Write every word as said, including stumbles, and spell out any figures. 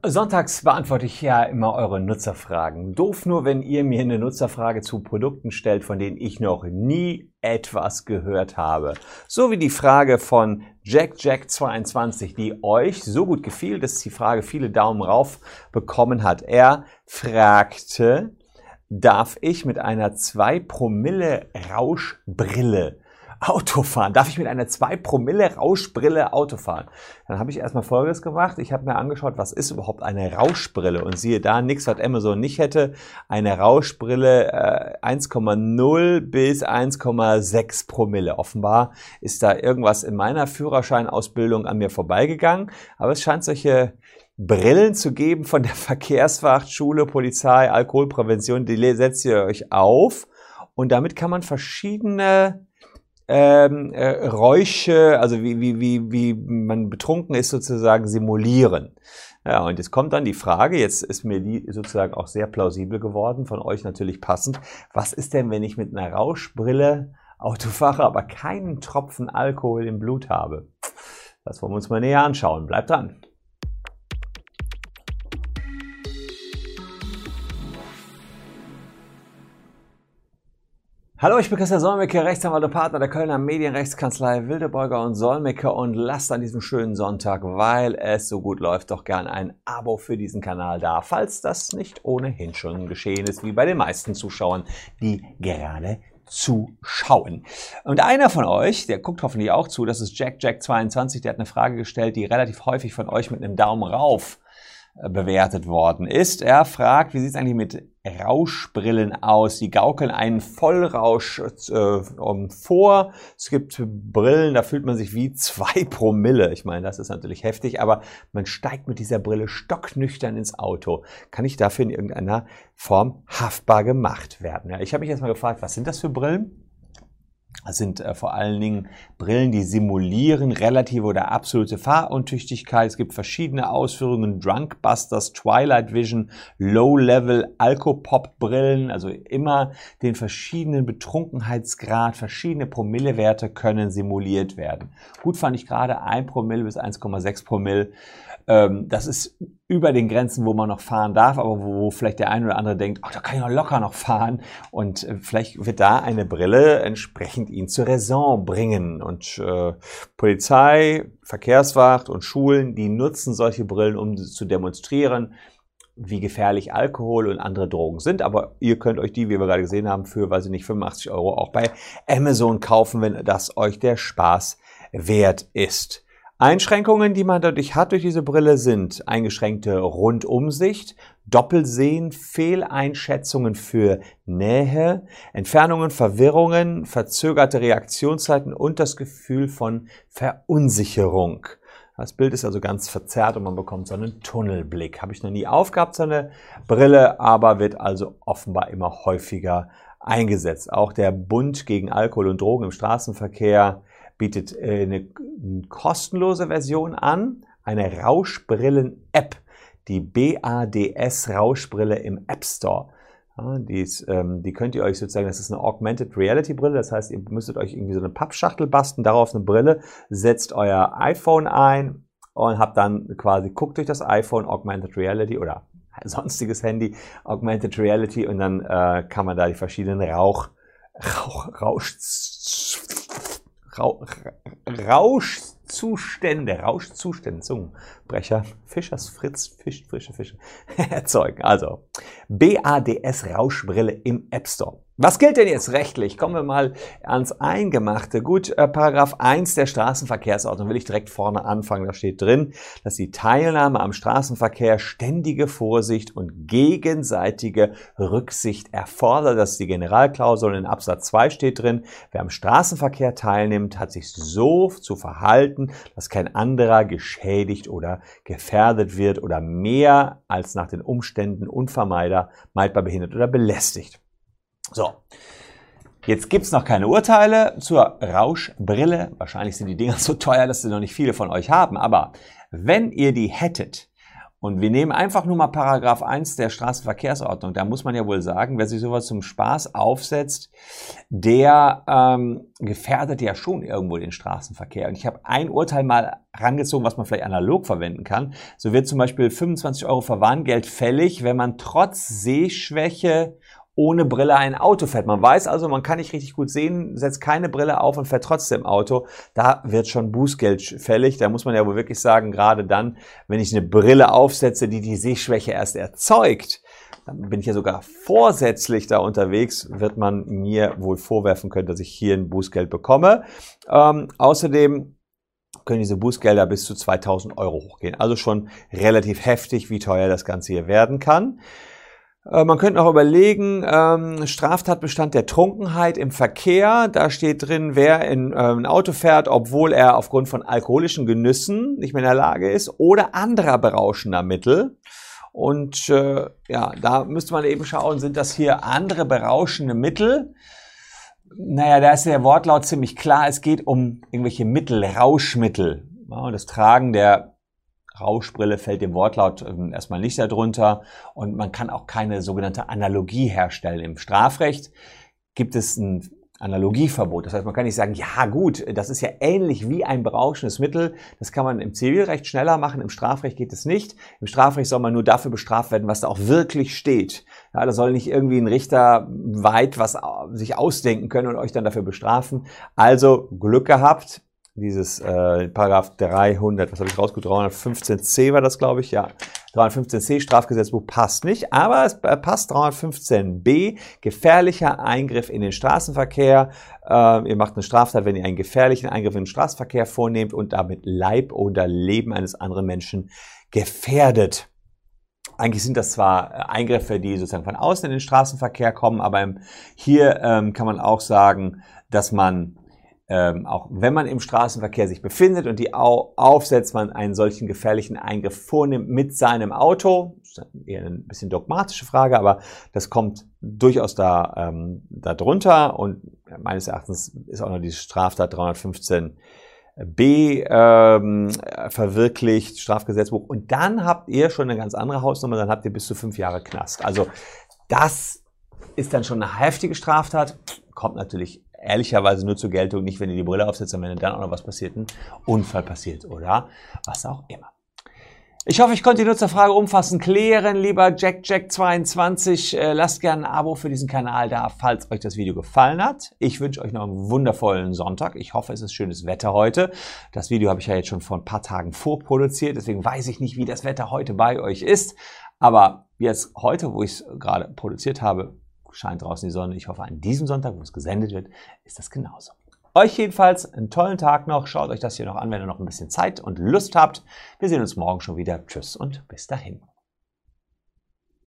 Sonntags beantworte ich ja immer eure Nutzerfragen. Doof nur, wenn ihr mir eine Nutzerfrage zu Produkten stellt, von denen ich noch nie etwas gehört habe. So wie die Frage von Jack Jack zweiundzwanzig, die euch so gut gefiel, dass die Frage viele Daumen rauf bekommen hat. Er fragte, darf ich mit einer zwei Promille Rauschbrille Auto fahren? Darf ich mit einer zwei Promille Rauschbrille Auto fahren? Dann habe ich erstmal Folgendes gemacht. Ich habe mir angeschaut, was ist überhaupt eine Rauschbrille? Und siehe da, nichts, was Amazon nicht hätte. Eine Rauschbrille äh, eins Komma null bis eins Komma sechs Promille. Offenbar ist da irgendwas in meiner Führerscheinausbildung an mir vorbeigegangen. Aber es scheint solche Brillen zu geben von der Verkehrswacht, Schule, Polizei, Alkoholprävention. Die setzt ihr euch auf. Und damit kann man verschiedene Ähm, äh, Räusche, also wie, wie, wie, wie man betrunken ist, sozusagen simulieren. Ja, und jetzt kommt dann die Frage, jetzt ist mir die sozusagen auch sehr plausibel geworden, von euch natürlich passend. Was ist denn, wenn ich mit einer Rauschbrille Auto fahre, aber keinen Tropfen Alkohol im Blut habe? Das wollen wir uns mal näher anschauen. Bleibt dran! Hallo, ich bin Christian Solmecke, Rechtsanwalt und Partner der Kölner Medienrechtskanzlei Wildeborger und Solmecke und lasst an diesem schönen Sonntag, weil es so gut läuft, doch gern ein Abo für diesen Kanal da, falls das nicht ohnehin schon geschehen ist, wie bei den meisten Zuschauern, die gerade zuschauen. Und einer von euch, der guckt hoffentlich auch zu, das ist Jack Jack zweiundzwanzig, der hat eine Frage gestellt, die relativ häufig von euch mit einem Daumen rauf bewertet worden ist. Er fragt, wie sieht es eigentlich mit Rauschbrillen aus? Die gaukeln einen Vollrausch äh, vor. Es gibt Brillen, da fühlt man sich wie zwei Promille. Ich meine, das ist natürlich heftig, aber man steigt mit dieser Brille stocknüchtern ins Auto. Kann ich dafür in irgendeiner Form haftbar gemacht werden? Ja, ich habe mich jetzt mal gefragt, was sind das für Brillen? Das sind äh, vor allen Dingen Brillen, die simulieren relative oder absolute Fahruntüchtigkeit. Es gibt verschiedene Ausführungen, Drunkbusters, Twilight Vision, Low-Level, Alcopop-Brillen, also immer den verschiedenen Betrunkenheitsgrad, verschiedene Promillewerte können simuliert werden. Gut fand ich gerade ein Promille bis eins Komma sechs Promille. Ähm, das ist über den Grenzen, wo man noch fahren darf, aber wo, wo vielleicht der eine oder andere denkt, ach, da kann ich noch locker noch fahren. Und äh, vielleicht wird da eine Brille entsprechend ihn zur Raison bringen. Und äh, Polizei, Verkehrswacht und Schulen, die nutzen solche Brillen, um zu demonstrieren, wie gefährlich Alkohol und andere Drogen sind. Aber ihr könnt euch die, wie wir gerade gesehen haben, für, weiß ich nicht, fünfundachtzig Euro auch bei Amazon kaufen, wenn das euch der Spaß wert ist. Einschränkungen, die man dadurch hat durch diese Brille, sind eingeschränkte Rundumsicht, Doppelsehen, Fehleinschätzungen für Nähe, Entfernungen, Verwirrungen, verzögerte Reaktionszeiten und das Gefühl von Verunsicherung. Das Bild ist also ganz verzerrt und man bekommt so einen Tunnelblick. Habe ich noch nie aufgehabt, so eine Brille, aber wird also offenbar immer häufiger eingesetzt. Auch der Bund gegen Alkohol und Drogen im Straßenverkehr bietet eine kostenlose Version an, eine Rauschbrillen-App, die B A D S-Rauschbrille im App Store. Ja, die, ist, ähm, die könnt ihr euch sozusagen, das ist eine Augmented Reality Brille, das heißt, ihr müsstet euch irgendwie so eine Pappschachtel basteln, darauf eine Brille, setzt euer iPhone ein und habt dann quasi, guckt durch das iPhone Augmented Reality oder sonstiges Handy Augmented Reality und dann äh, kann man da die verschiedenen Rauch, Rauch, Rausch, Rauch, Rauschzustände, Rauschzustände, Zungenbrecher, Fischers Fritz, Fisch, frische Fische erzeugen. Also B A D S Rauschbrille im App Store. Was gilt denn jetzt rechtlich? Kommen wir mal ans Eingemachte. Gut, äh, Paragraph eins der Straßenverkehrsordnung will ich direkt vorne anfangen. Da steht drin, dass die Teilnahme am Straßenverkehr ständige Vorsicht und gegenseitige Rücksicht erfordert. Das ist die Generalklausel. In Absatz zwei steht drin, wer am Straßenverkehr teilnimmt, hat sich so zu verhalten, dass kein anderer geschädigt oder gefährdet wird oder mehr als nach den Umständen unvermeidbar behindert oder belästigt. So, jetzt gibt's noch keine Urteile zur Rauschbrille. Wahrscheinlich sind die Dinger so teuer, dass sie noch nicht viele von euch haben. Aber wenn ihr die hättet Und wir nehmen einfach nur mal Paragraph eins der Straßenverkehrsordnung. Da muss man ja wohl sagen, wer sich sowas zum Spaß aufsetzt, der ähm, gefährdet ja schon irgendwo den Straßenverkehr. Und ich habe ein Urteil mal rangezogen, was man vielleicht analog verwenden kann. So wird zum Beispiel fünfundzwanzig Euro Verwarngeld fällig, wenn man trotz Sehschwäche ohne Brille ein Auto fährt. Man weiß also, man kann nicht richtig gut sehen, setzt keine Brille auf und fährt trotzdem Auto. Da wird schon Bußgeld fällig. Da muss man ja wohl wirklich sagen, gerade dann, wenn ich eine Brille aufsetze, die die Sehschwäche erst erzeugt, dann bin ich ja sogar vorsätzlich da unterwegs, wird man mir wohl vorwerfen können, dass ich hier ein Bußgeld bekomme. Ähm, außerdem können diese Bußgelder bis zu zweitausend Euro hochgehen. Also schon relativ heftig, wie teuer das Ganze hier werden kann. Man könnte auch überlegen, ähm, Straftatbestand der Trunkenheit im Verkehr. Da steht drin, wer in äh, ein Auto fährt, obwohl er aufgrund von alkoholischen Genüssen nicht mehr in der Lage ist oder anderer berauschender Mittel. Und äh, ja, da müsste man eben schauen, sind das hier andere berauschende Mittel? Naja, da ist der Wortlaut ziemlich klar. Es geht um irgendwelche Mittel, Rauschmittel. Ja, das Tragen der Rauschbrille fällt dem Wortlaut äh, erstmal nicht darunter und man kann auch keine sogenannte Analogie herstellen. Im Strafrecht gibt es ein Analogieverbot. Das heißt, man kann nicht sagen, ja gut, das ist ja ähnlich wie ein berauschendes Mittel. Das kann man im Zivilrecht schneller machen, im Strafrecht geht es nicht. Im Strafrecht soll man nur dafür bestraft werden, was da auch wirklich steht. Ja, da soll nicht irgendwie ein Richter weit was sich ausdenken können und euch dann dafür bestrafen. Also Glück gehabt. Dieses äh, Paragraph dreihundert, was habe ich rausgesucht? dreihundertfünfzehn c war das, glaube ich, ja. dreihundertfünfzehn c Strafgesetzbuch passt nicht, aber es passt dreihundertfünfzehn b, gefährlicher Eingriff in den Straßenverkehr. Äh, ihr macht eine Straftat, wenn ihr einen gefährlichen Eingriff in den Straßenverkehr vornehmt und damit Leib oder Leben eines anderen Menschen gefährdet. Eigentlich sind das zwar Eingriffe, die sozusagen von außen in den Straßenverkehr kommen, aber hier ähm, kann man auch sagen, dass man Ähm, auch wenn man im Straßenverkehr sich befindet und die au aufsetzt, man einen solchen gefährlichen Eingriff vornimmt mit seinem Auto. Das ist eher eine bisschen dogmatische Frage, aber das kommt durchaus da, ähm, da drunter und meines Erachtens ist auch noch die Straftat dreihundertfünfzehn b ähm, verwirklicht, Strafgesetzbuch. Und dann habt ihr schon eine ganz andere Hausnummer, dann habt ihr bis zu fünf Jahre Knast. Also das ist dann schon eine heftige Straftat, kommt natürlich ehrlicherweise nur zur Geltung, nicht wenn ihr die Brille aufsetzt, sondern wenn dann auch noch was passiert, ein Unfall passiert oder was auch immer. Ich hoffe, ich konnte die Nutzerfrage umfassend klären. Lieber Jack Jack zweiundzwanzig, äh, lasst gerne ein Abo für diesen Kanal da, falls euch das Video gefallen hat. Ich wünsche euch noch einen wundervollen Sonntag. Ich hoffe, es ist schönes Wetter heute. Das Video habe ich ja jetzt schon vor ein paar Tagen vorproduziert, deswegen weiß ich nicht, wie das Wetter heute bei euch ist. Aber jetzt heute, wo ich es gerade produziert habe, scheint draußen die Sonne. Ich hoffe, an diesem Sonntag, wo es gesendet wird, ist das genauso. Euch jedenfalls einen tollen Tag noch. Schaut euch das hier noch an, wenn ihr noch ein bisschen Zeit und Lust habt. Wir sehen uns morgen schon wieder. Tschüss und bis dahin.